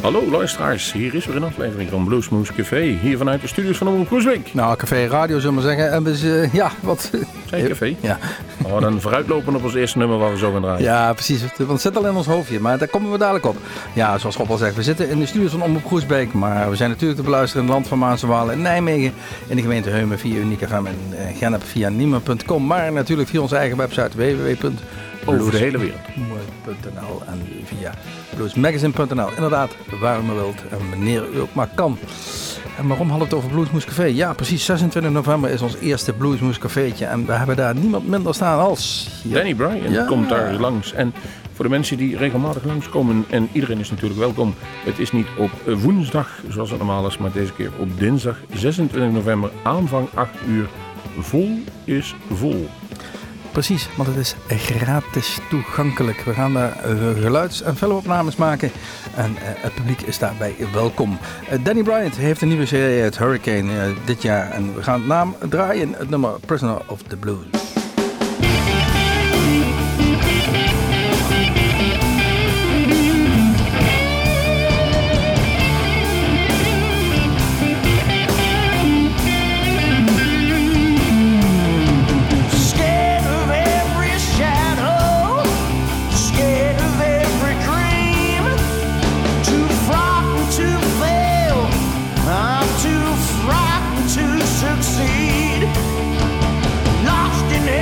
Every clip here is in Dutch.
Hallo luisteraars, hier is weer een aflevering van Bluesmoose Café. Hier vanuit de studios van Omroep Groesbeek. Nou, Café Radio zullen we maar zeggen. En dus, wat... Zijn café? Ja. Oh, dan vooruitlopen op ons eerste nummer waar we zo gaan draaien. Ja, precies. Want het zit al in ons hoofdje, maar daar komen we dadelijk op. Ja, zoals Rob al zegt, we zitten in de studios van Omroep Groesbeek. Maar we zijn natuurlijk te beluisteren in het land van Maas en Waal in Nijmegen. In de gemeente Heumen via Uniek FM en Gennep via Niemen.com. Maar natuurlijk via onze eigen website Over de hele wereld. Blues.nl en via bluesmagazine.nl. Inderdaad, waar u maar wilt en wanneer u ook maar kan. En waarom hadden we het over Bluesmoose Café? Ja, precies, 26 november is ons eerste Bluesmoose Cafeetje. En we hebben daar niemand minder staan als... Danny Bryan komt daar langs. En voor de mensen die regelmatig langskomen, en iedereen is natuurlijk welkom. Het is niet op woensdag, zoals het normaal is, maar deze keer op dinsdag 26 november, aanvang 8 uur. Vol is vol. Precies, want het is gratis toegankelijk. We gaan daar geluids- en filmopnames maken en het publiek is daarbij welkom. Danny Bryan heeft een nieuwe serie uit Hurricane dit jaar en we gaan het naam draaien, het nummer Prisoner of the Blues. Lost in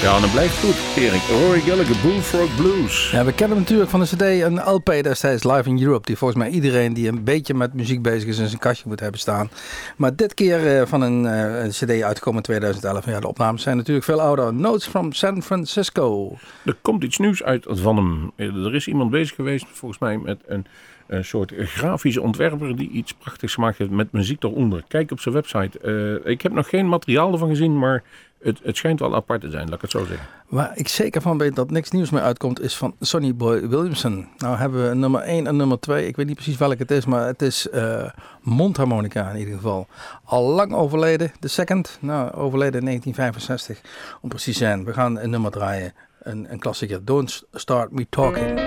Ja, en het blijft goed, Erik. Roy Gallagher, Bullfrog Blues. Ja, we kennen hem natuurlijk van de CD, een LP destijds, Live in Europe, die volgens mij iedereen die een beetje met muziek bezig is in zijn kastje moet hebben staan. Maar dit keer van een CD uitgekomen in 2011. Ja, de opnames zijn natuurlijk veel ouder. Notes from San Francisco. Er komt iets nieuws uit van hem. Er is iemand bezig geweest, volgens mij, met een soort grafische ontwerper die iets prachtigs gemaakt heeft met muziek eronder. Kijk op zijn website. Ik heb nog geen materiaal ervan gezien, maar het schijnt wel apart te zijn, laat ik het zo zeggen. Waar ik zeker van weet dat niks nieuws meer uitkomt is van Sonny Boy Williamson. Nou hebben we nummer 1 en nummer 2. Ik weet niet precies welke het is, maar het is mondharmonica in ieder geval. Al lang overleden, de second. Nou, overleden in 1965 om precies te zijn. We gaan een nummer draaien, een klassieker. Don't Start Me Talking.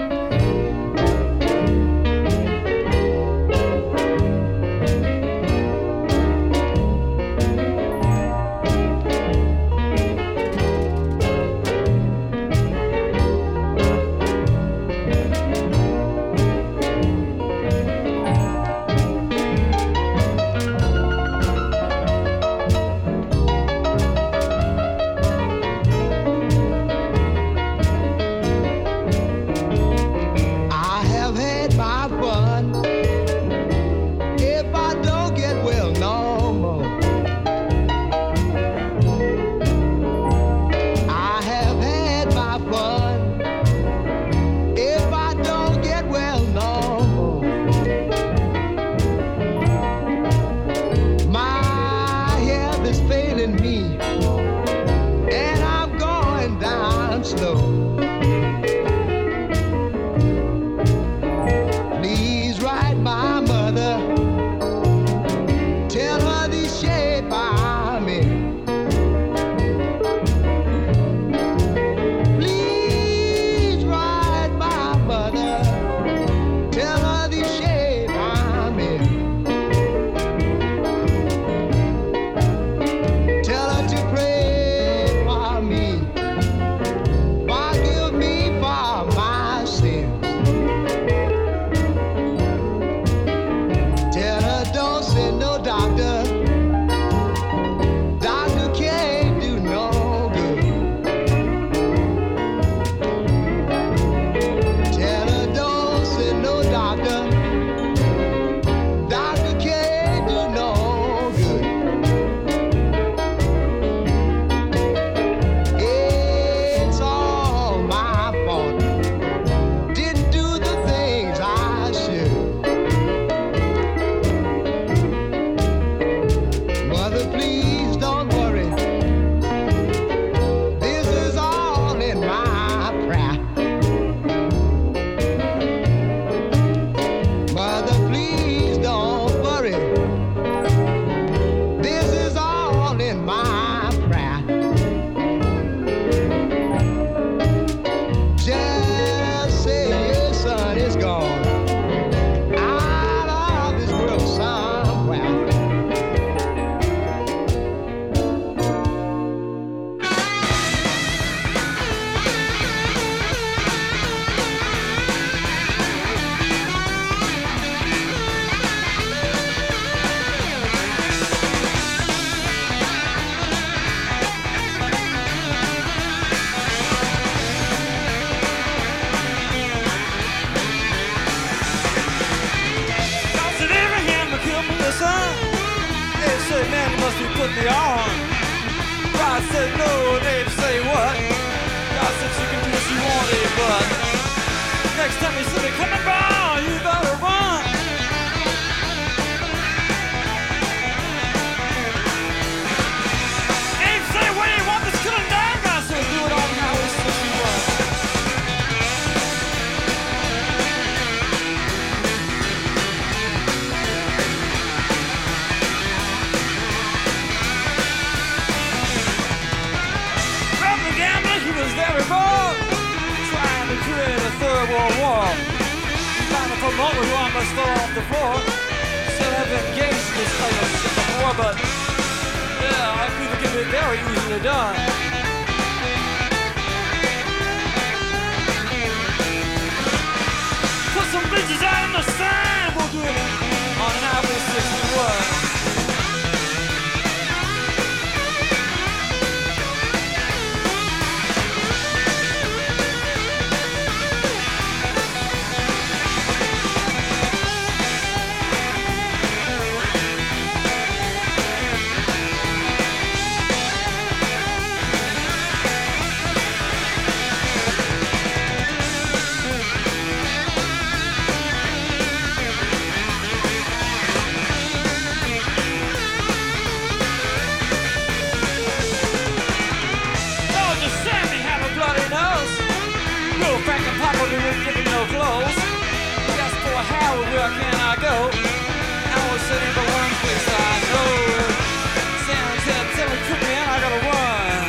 where can I go? Howard City, the one place I know. Sam said, tell me quickly and I gotta run.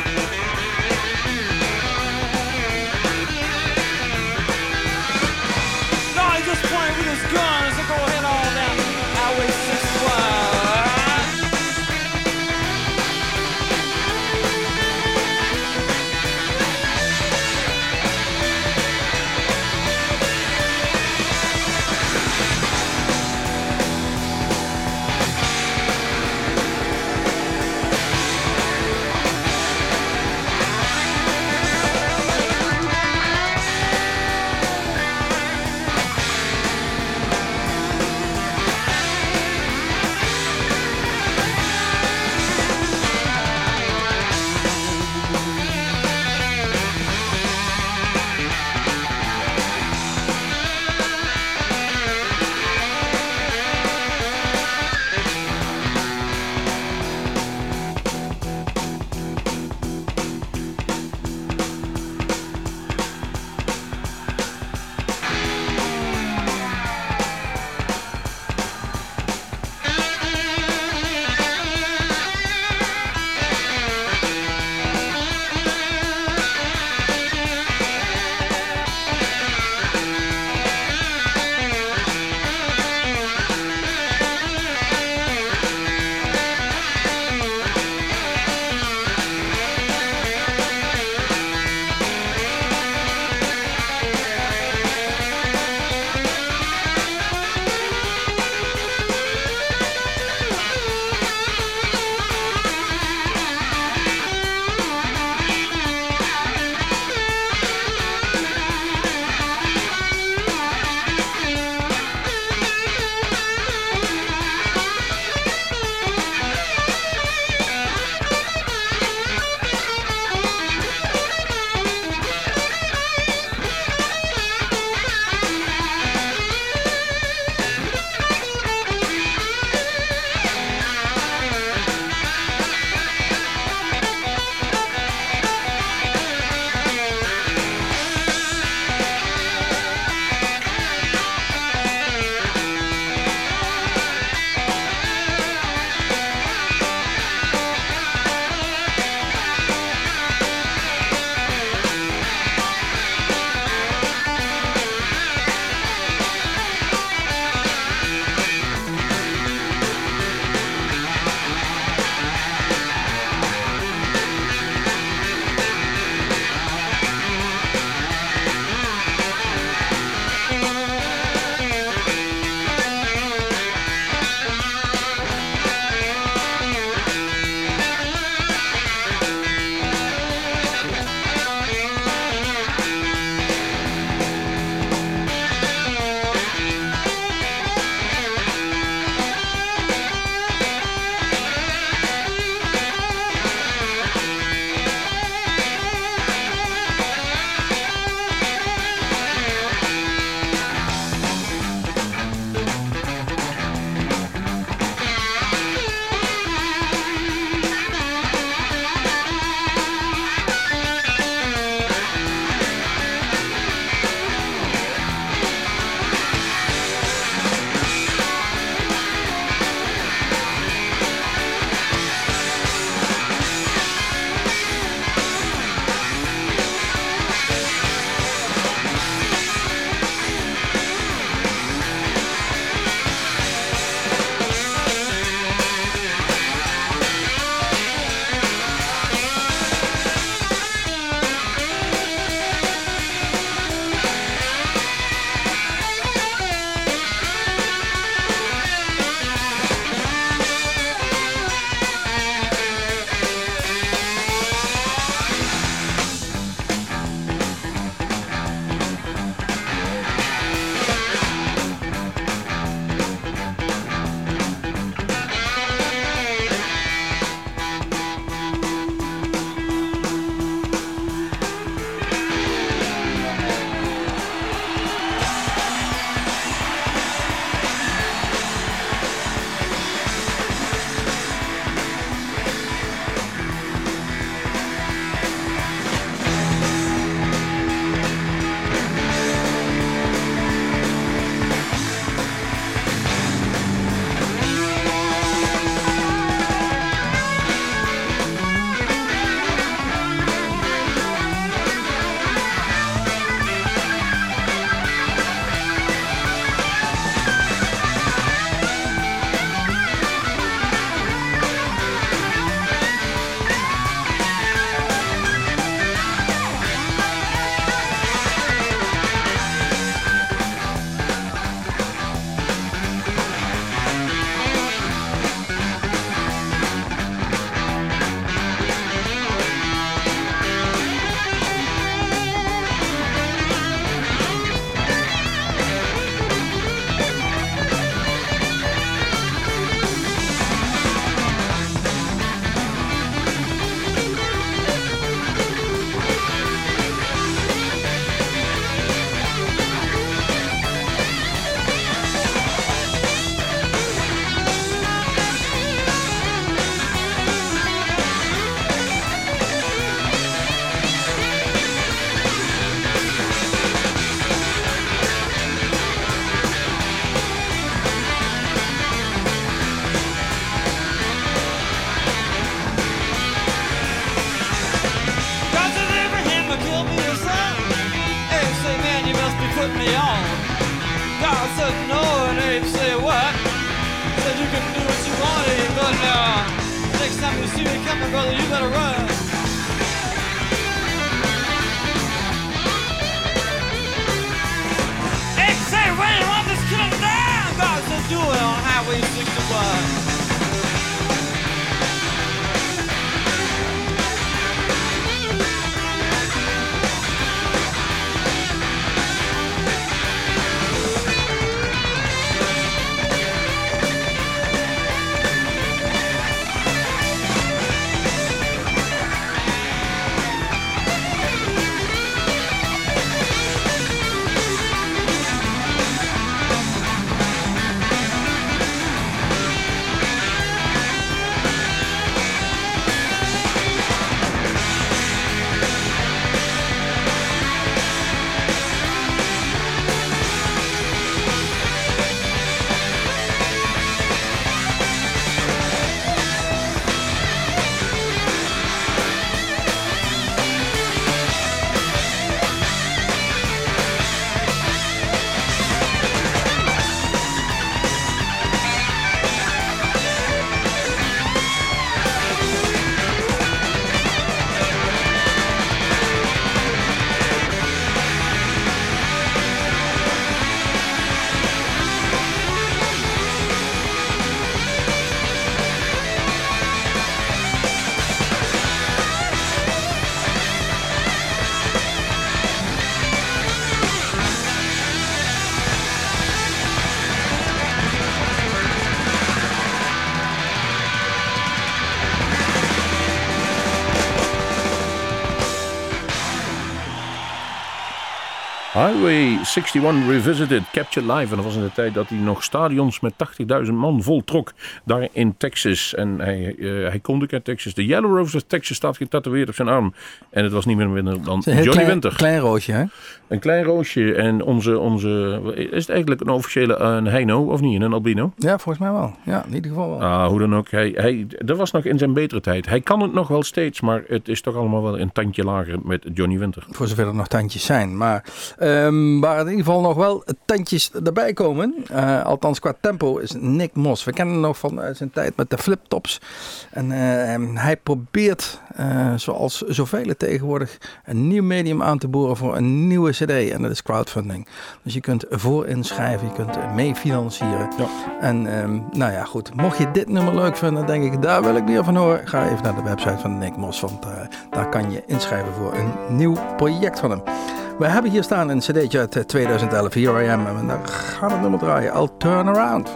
No, he's just pointing with his gun as I go ahead all down Highway 61. said no, and Abe said what? Said you can do what you want, Abe, but next time you see me coming, brother, you better run. Abe said, when you want this killer down, God said do it on Highway 61. Highway 61 Revisited, Captured Live. En dat was in de tijd dat hij nog stadions met 80.000 man voltrok daar in Texas. En hij komt ook uit Texas. De Yellow Rose of Texas staat getatoeëerd op zijn arm. En het was niet minder dan Johnny Winter. Klein roosje, hè? Een klein roosje. En onze is het eigenlijk een officiële een heino of niet? Een albino? Ja, volgens mij wel. Ja, in ieder geval wel. Hoe dan ook. Dat was nog in zijn betere tijd. Hij kan het nog wel steeds, maar het is toch allemaal wel een tandje lager met Johnny Winter. Voor zover er nog tandjes zijn. Maar waar in ieder geval nog wel tandjes erbij komen. Althans qua tempo is Nick Moss. We kennen hem nog van zijn tijd met de fliptops. En hij probeert, zoals zoveel tegenwoordig, een nieuw medium aan te boren voor een nieuwe cd. En dat is crowdfunding. Dus je kunt voorinschrijven, je kunt mee financieren. Ja. En nou ja, goed. Mocht je dit nummer leuk vinden, denk ik, daar wil ik meer van horen. Ga even naar de website van Nick Moss. Want daar kan je inschrijven voor een nieuw project van hem. We hebben hier staan een cd'tje uit 2011, Here I Am. En daar gaan we het nummer draaien, I'll Turn Around.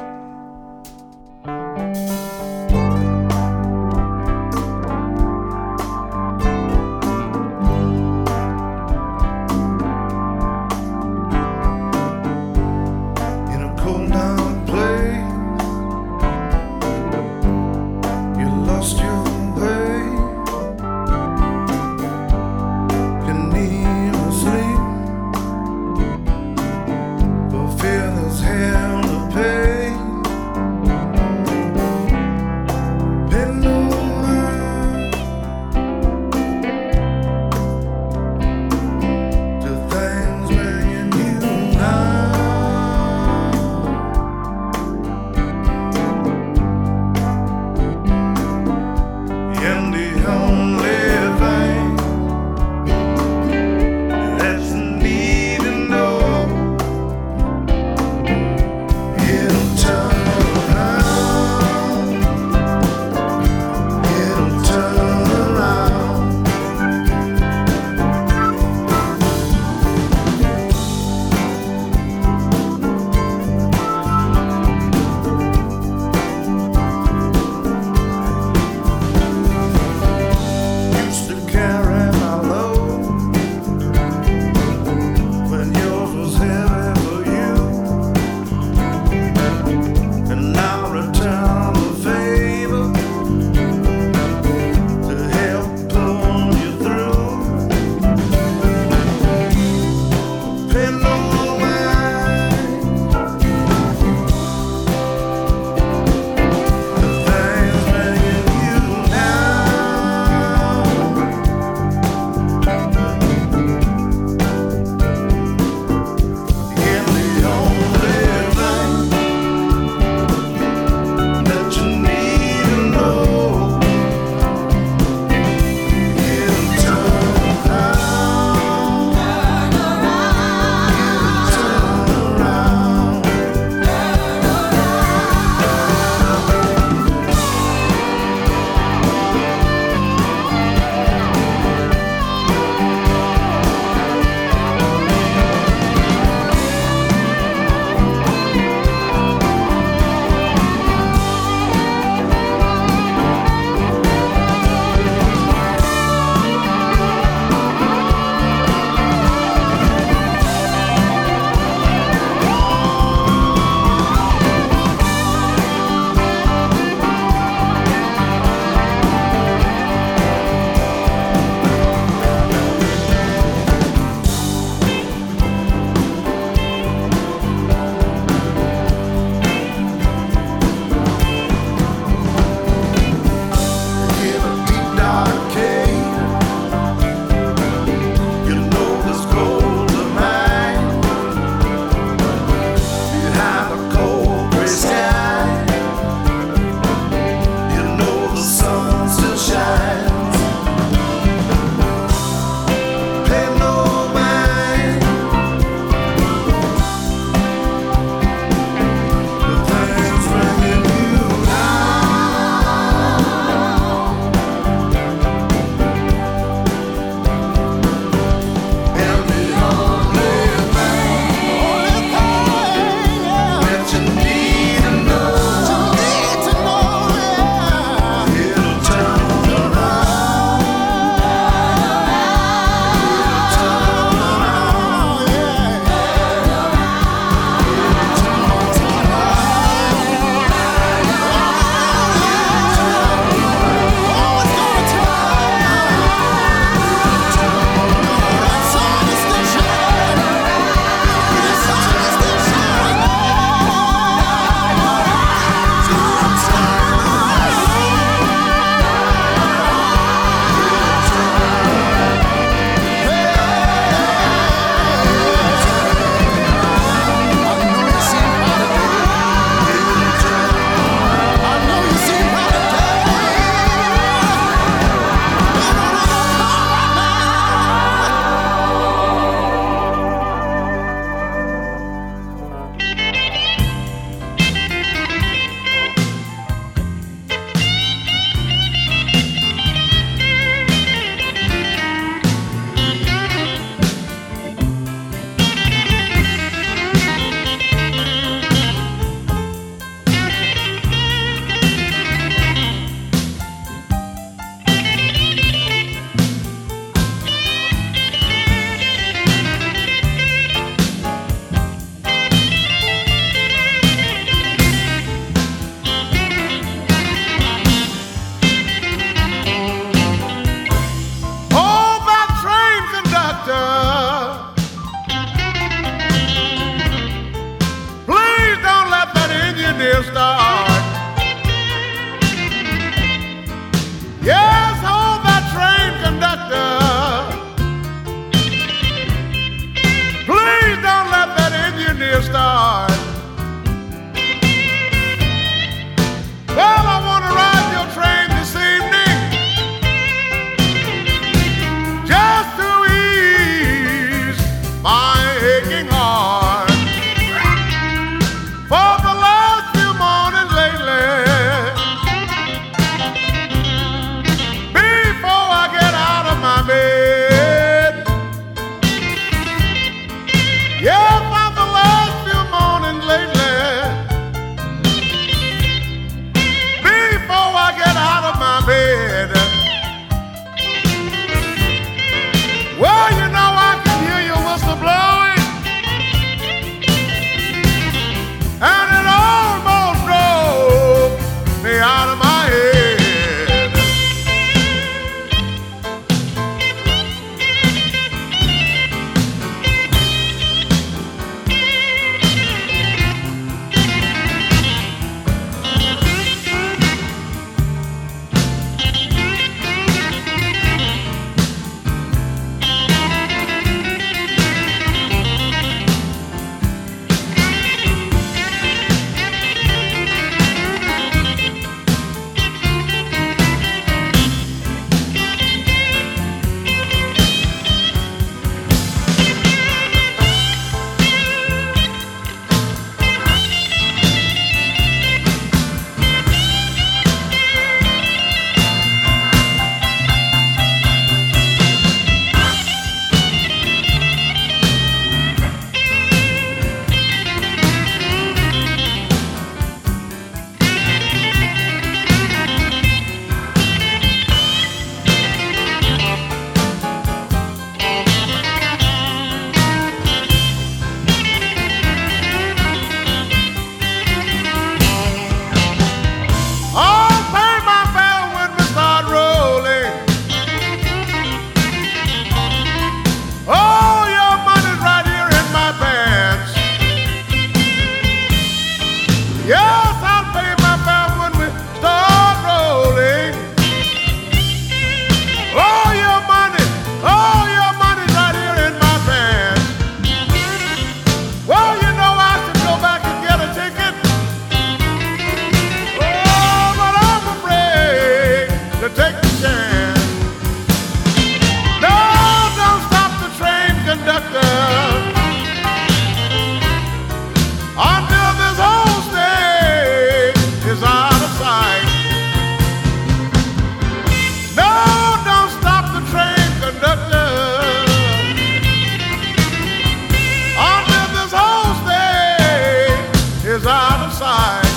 right.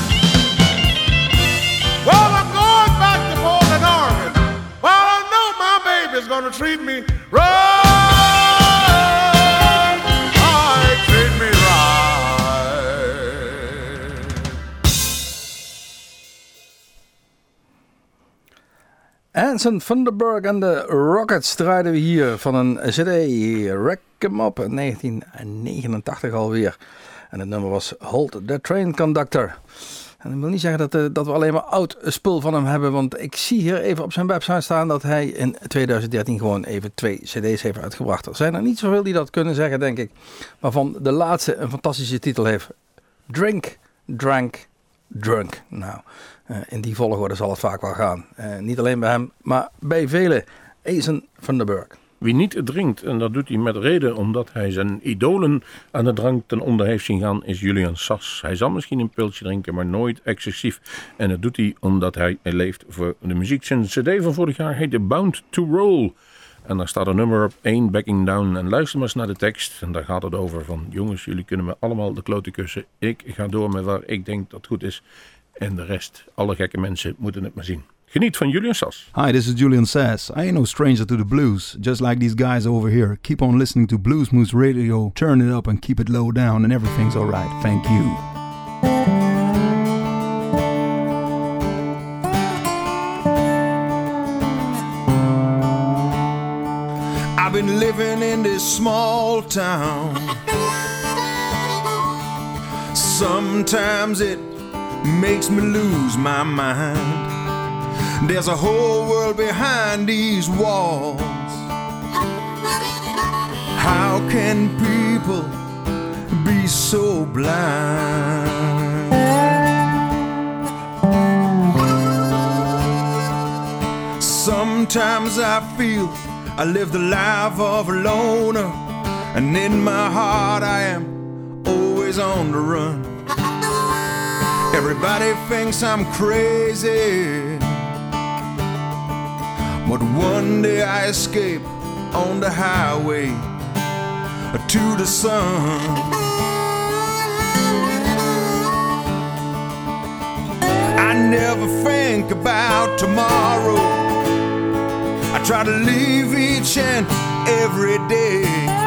Well, I'm going back to Portland, Oregon. Well, I know my baby's gonna treat me right. Treat me right. Anson Thunderberg en de Rockets draaiden we hier van een CD, Wreck 'em Up, 1989 alweer. En het nummer was Hold the Train Conductor. En dat wil niet zeggen dat we alleen maar oud spul van hem hebben, want ik zie hier even op zijn website staan dat hij in 2013 gewoon even 2 cd's heeft uitgebracht. Er zijn er niet zoveel die dat kunnen zeggen, denk ik. Waarvan de laatste een fantastische titel heeft. Drink, Drank, Drunk. Nou, in die volgorde zal het vaak wel gaan. Niet alleen bij hem, maar bij velen. Anson Thunderberg. Wie niet drinkt, en dat doet hij met reden omdat hij zijn idolen aan de drank ten onder heeft zien gaan, is Julian Sas. Hij zal misschien een pilsje drinken, maar nooit excessief. En dat doet hij omdat hij leeft voor de muziek. Zijn cd van vorig jaar heette Bound to Roll. En daar staat een nummer op, Ain't Backing Down. En luister maar eens naar de tekst. En daar gaat het over van, jongens, jullie kunnen me allemaal de kloten kussen. Ik ga door met waar ik denk dat goed is. En de rest, alle gekke mensen, moeten het maar zien. Geniet van Julian Sas. Hi, this is Julian Sass. I ain't no stranger to the blues, just like these guys over here. Keep on listening to Blues Moose Radio, turn it up and keep it low down and everything's alright. Thank you. I've been living in this small town. Sometimes it makes me lose my mind. There's a whole world behind these walls. How can people be so blind? Sometimes I feel I live the life of a loner, and in my heart I am always on the run. Everybody thinks I'm crazy, but one day I escape on the highway to the sun. I never think about tomorrow. I try to live each and every day.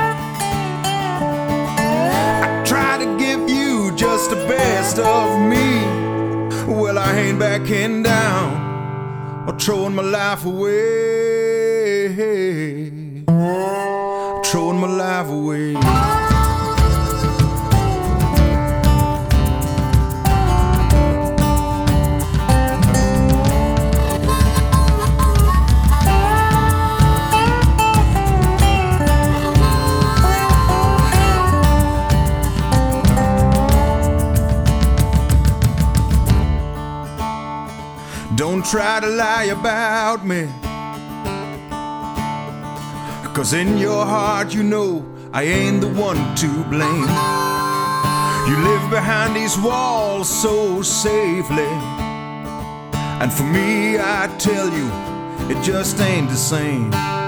I try to give you just the best of me. Well, I ain't backing down or throwing my life away. Throwing my life away. Don't try to lie about me, 'cause in your heart you know I ain't the one to blame. You live behind these walls so safely, and for me I tell you, it just ain't the same.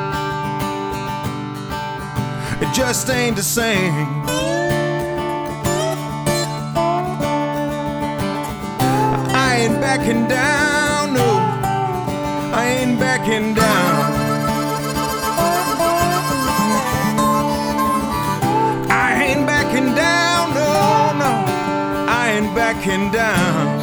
It just ain't the same. I ain't backing down, no, I ain't backing down. I ain't backing down, no, no, I ain't backing down.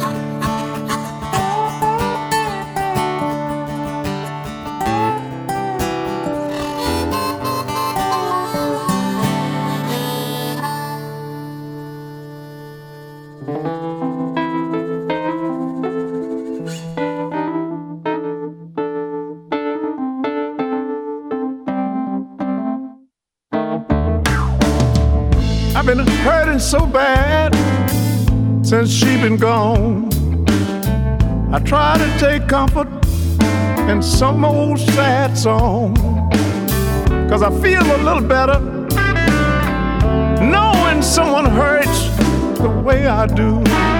I've been hurting so bad since she been gone. I try to take comfort in some old sad song, 'cause I feel a little better knowing someone hurts the way I do.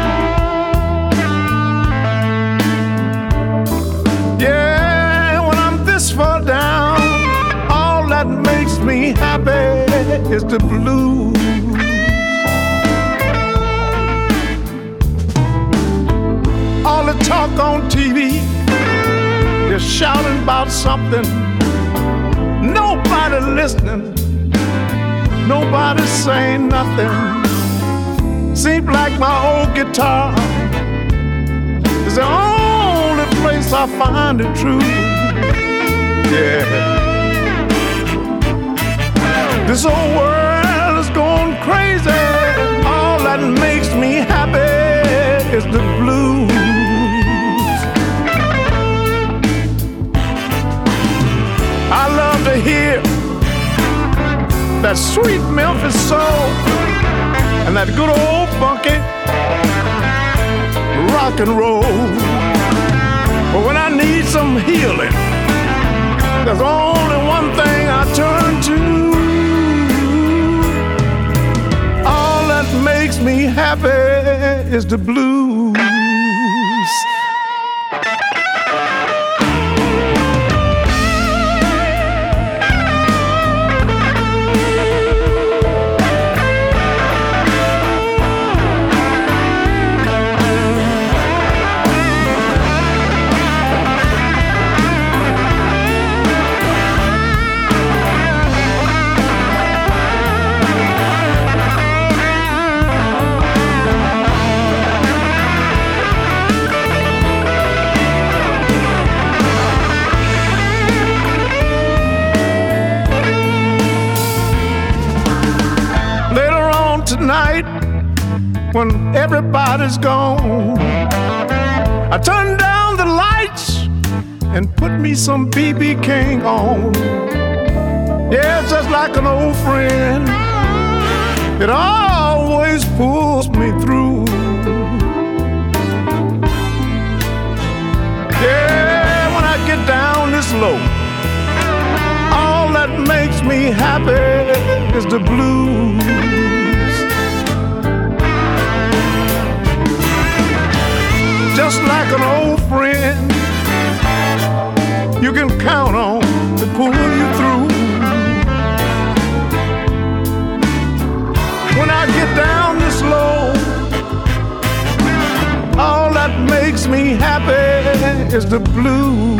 Yeah, when I'm this far down, all that makes me happy is the blues. the talk on TV, they're shouting about something. Nobody listening, nobody saying nothing. Seems like my old guitar is the only place I find the truth. Yeah. This whole world is going crazy. All that makes me happy is the blues. I love to hear that sweet Memphis soul and that good old funky rock and roll. But when I need some healing, there's only one thing I turn to. All that makes me happy is the blues. Tonight, when everybody's gone, I turn down the lights and put me some B.B. King on. Yeah, just like an old friend, it always pulls me through. Yeah, when I get down this low, all that makes me happy is the blues. Just like an old friend, you can count on to pull you through. When I get down this low, all that makes me happy is the blues.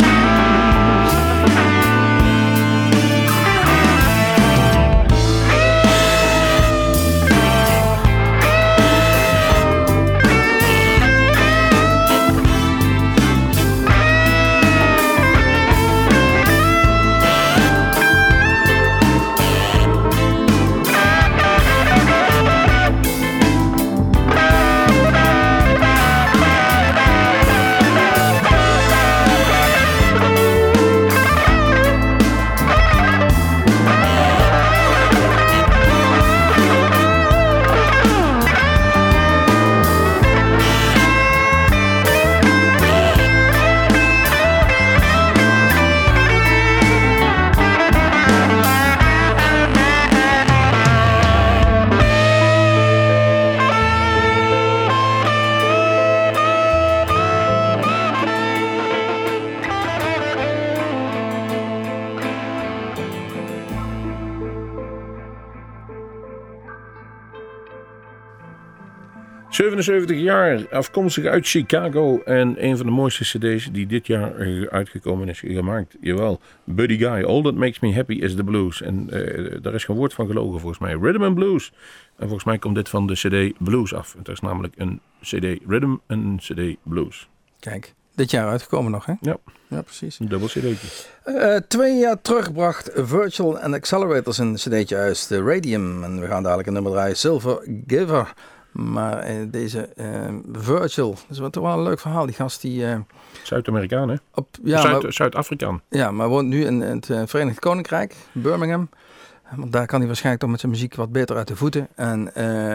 jaar, afkomstig uit Chicago en een van de mooiste cd's die dit jaar uitgekomen is, gemaakt. Jawel, Buddy Guy, All That Makes Me Happy Is The Blues. En daar is geen woord van gelogen volgens mij. Rhythm and Blues. En volgens mij komt dit van de cd Blues af. Het is namelijk een cd Rhythm en een cd Blues. Kijk, dit jaar uitgekomen nog, hè? Ja. Ja, precies. Een dubbel cd'tje. 2 jaar terug bracht Virtual and Accelerators een cd'tje uit, de Radium. En we gaan dadelijk een nummer draaien, Silver Giver. Maar deze Virgil, dat is toch wel een leuk verhaal. Die gast die... Zuid-Amerikaan, hè? Zuid-Afrikaan. Ja, maar woont nu in het Verenigd Koninkrijk, Birmingham. Want daar kan hij waarschijnlijk toch met zijn muziek wat beter uit de voeten. En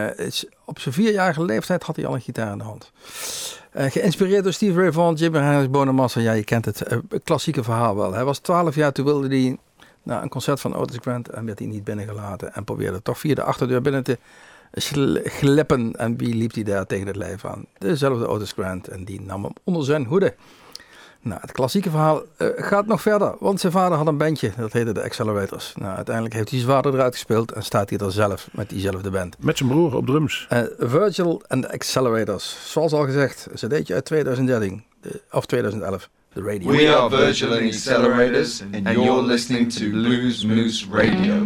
op zijn 4-jarige leeftijd had hij al een gitaar in de hand. Geïnspireerd door Steve Ray Vaughan, Jimi Hendrix, Bonamassa. Ja, je kent het klassieke verhaal wel. Hij was 12 jaar, toen wilde hij naar een concert van Otis Grant en werd hij niet binnengelaten. En probeerde toch via de achterdeur binnen te glippen. En wie liep hij daar tegen het lijf aan? Dezelfde Otis Grant. En die nam hem onder zijn hoede. Nou, het klassieke verhaal gaat nog verder. Want zijn vader had een bandje. Dat heette de Accelerators. Nou, uiteindelijk heeft hij zijn vader eruit gespeeld. En staat hij er zelf met diezelfde band. Met zijn broer op drums. Virgil and the Accelerators. Zoals al gezegd, een cd'tje uit 2013. of 2011, de radio. We are Virtual and Accelerators, and you're listening to Blues Moose Radio.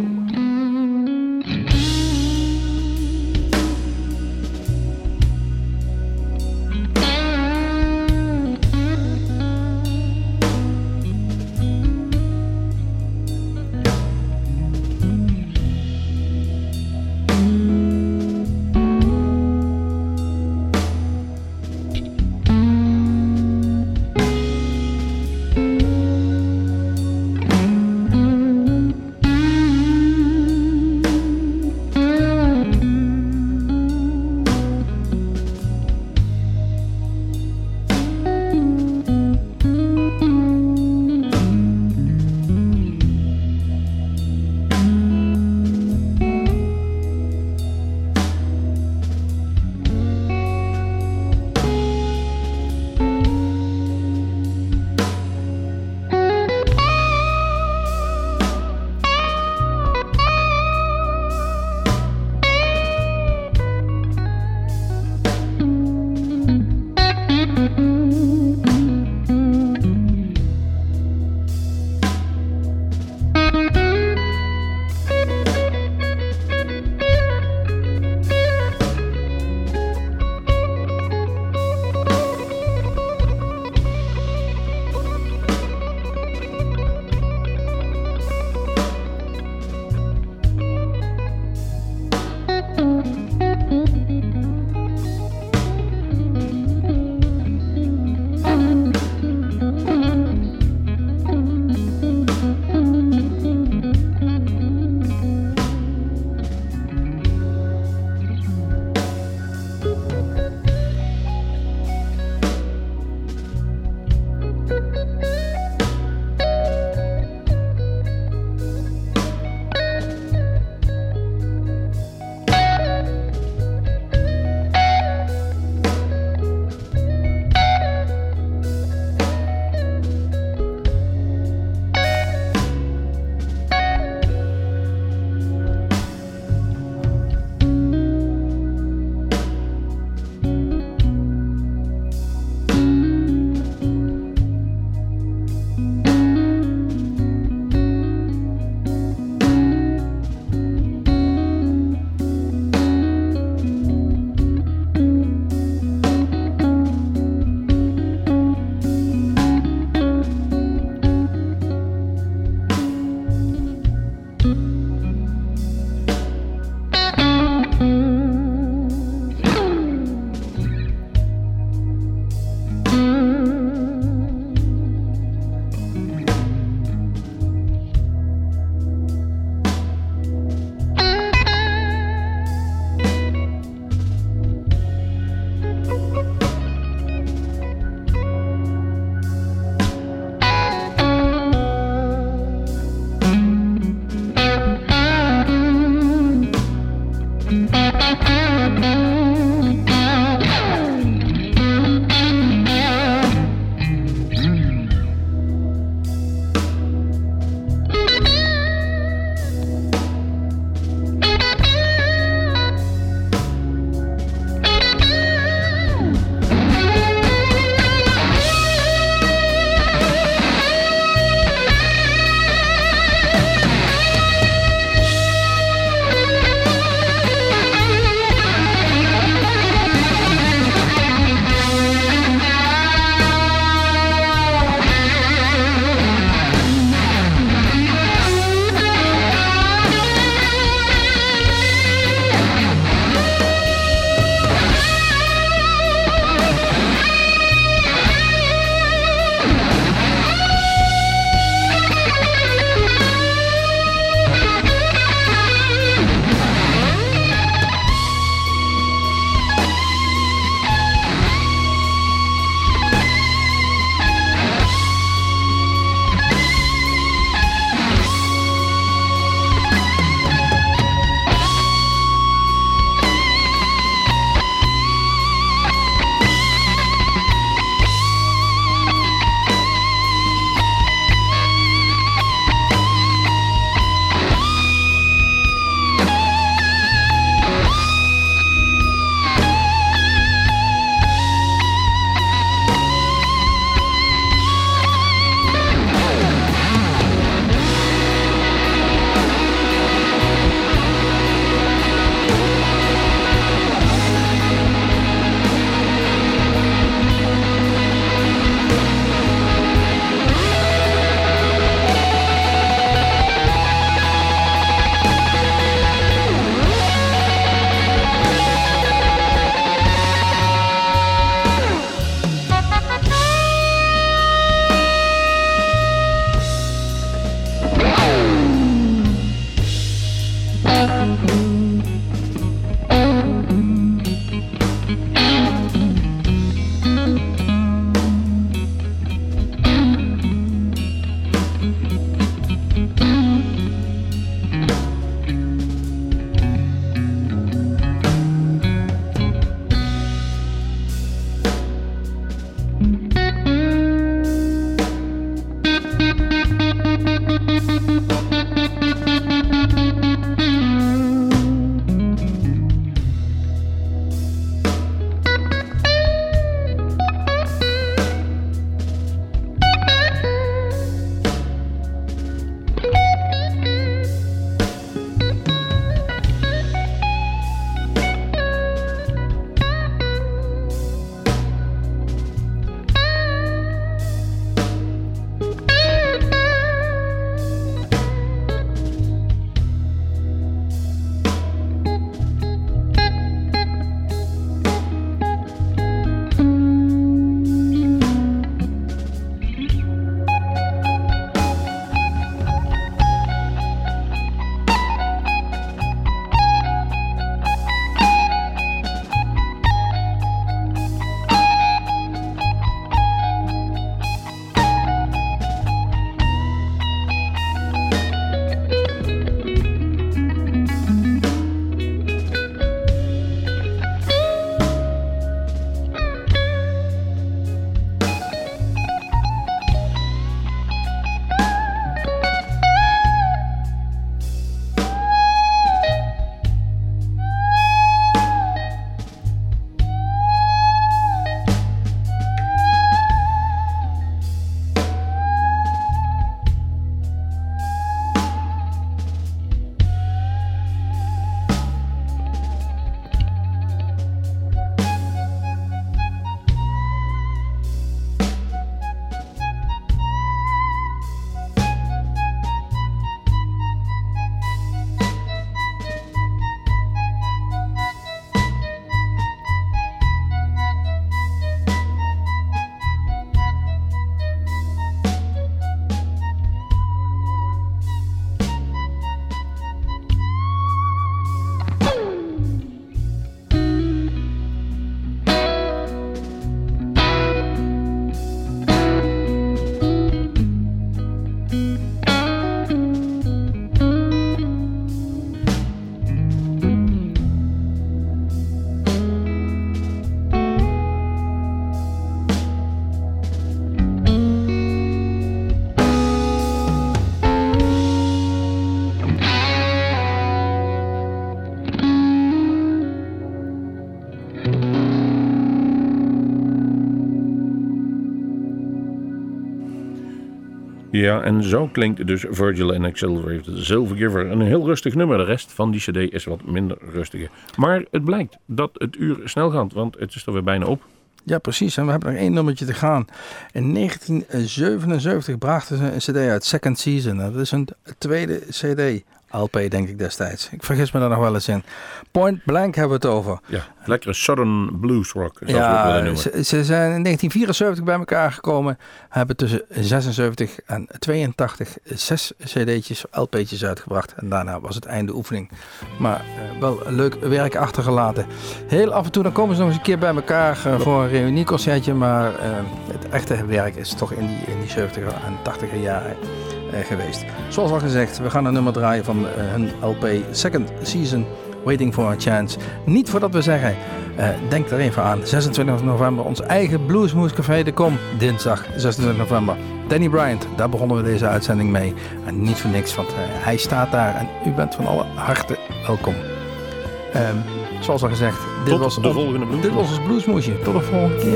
Ja, en zo klinkt dus Virgil and Accelerated Silver Giver. Een heel rustig nummer. De rest van die cd is wat minder rustiger. Maar het blijkt dat het uur snel gaat, want het is er weer bijna op. Ja, precies. En we hebben nog 1 nummertje te gaan. In 1977 brachten ze een cd uit, Second Season. Dat is een tweede cd. LP, denk ik destijds. Ik vergis me daar nog wel eens in. Point Blank hebben we het over. Ja, lekkere Southern Blues Rock. Ja, ze zijn in 1974 bij elkaar gekomen. Hebben tussen 76 en 82 6 cd'tjes, LP'tjes uitgebracht. En daarna was het einde oefening. Maar wel leuk werk achtergelaten. Heel af en toe dan komen ze nog eens een keer bij elkaar voor een reunieconcertje. Maar het echte werk is toch in die 70er en 80er jaren geweest. Zoals al gezegd, we gaan een nummer draaien van hun LP Second Season, Waiting for a Chance. Niet voordat we zeggen, denk er even aan, 26 november, ons eigen Bluesmoose Café de Kom, dinsdag 26 november. Danny Bryant, daar begonnen we deze uitzending mee. En niet voor niks, want hij staat daar en u bent van alle harte welkom. Zoals al gezegd, dit was ons Bluesmoesje. Tot de volgende keer.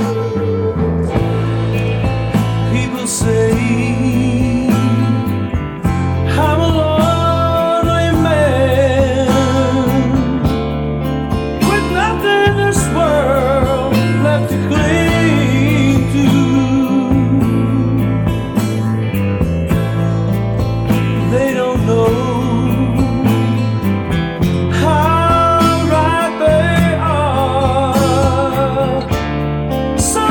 People say I'm a lonely man with nothing in this world left to cling to. They don't know how right they are. So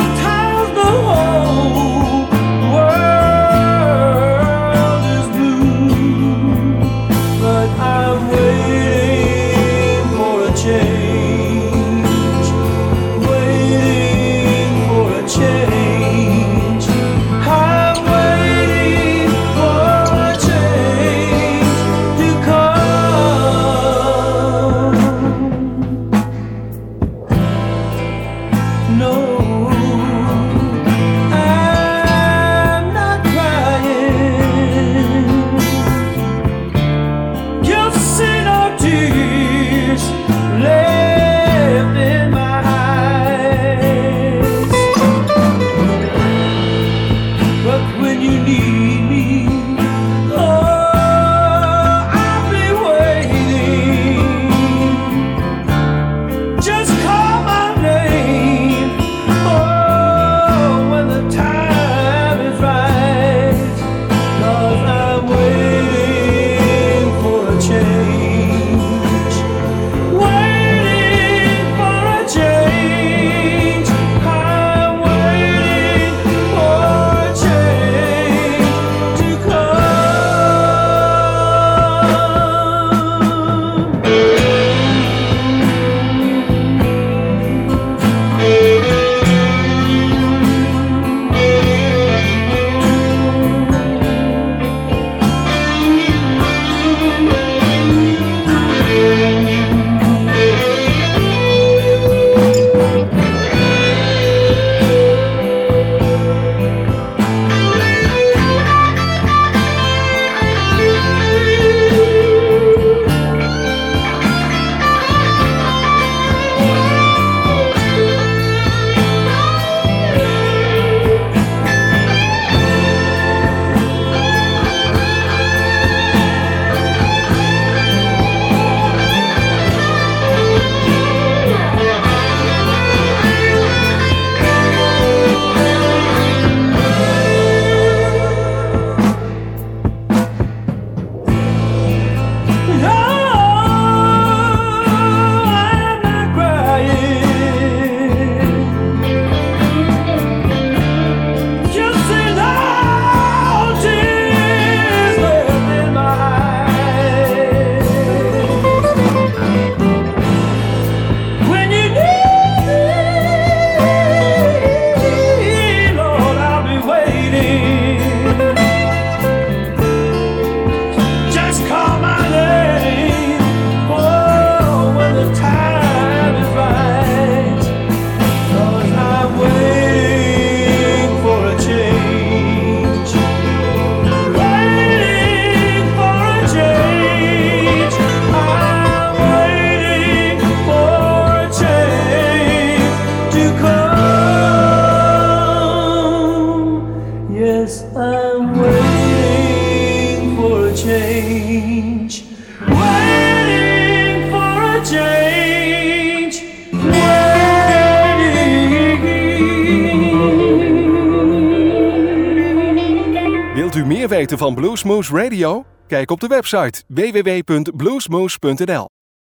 Wilt u meer weten van Bluesmoose Radio? Kijk op de website www.bluesmoose.nl.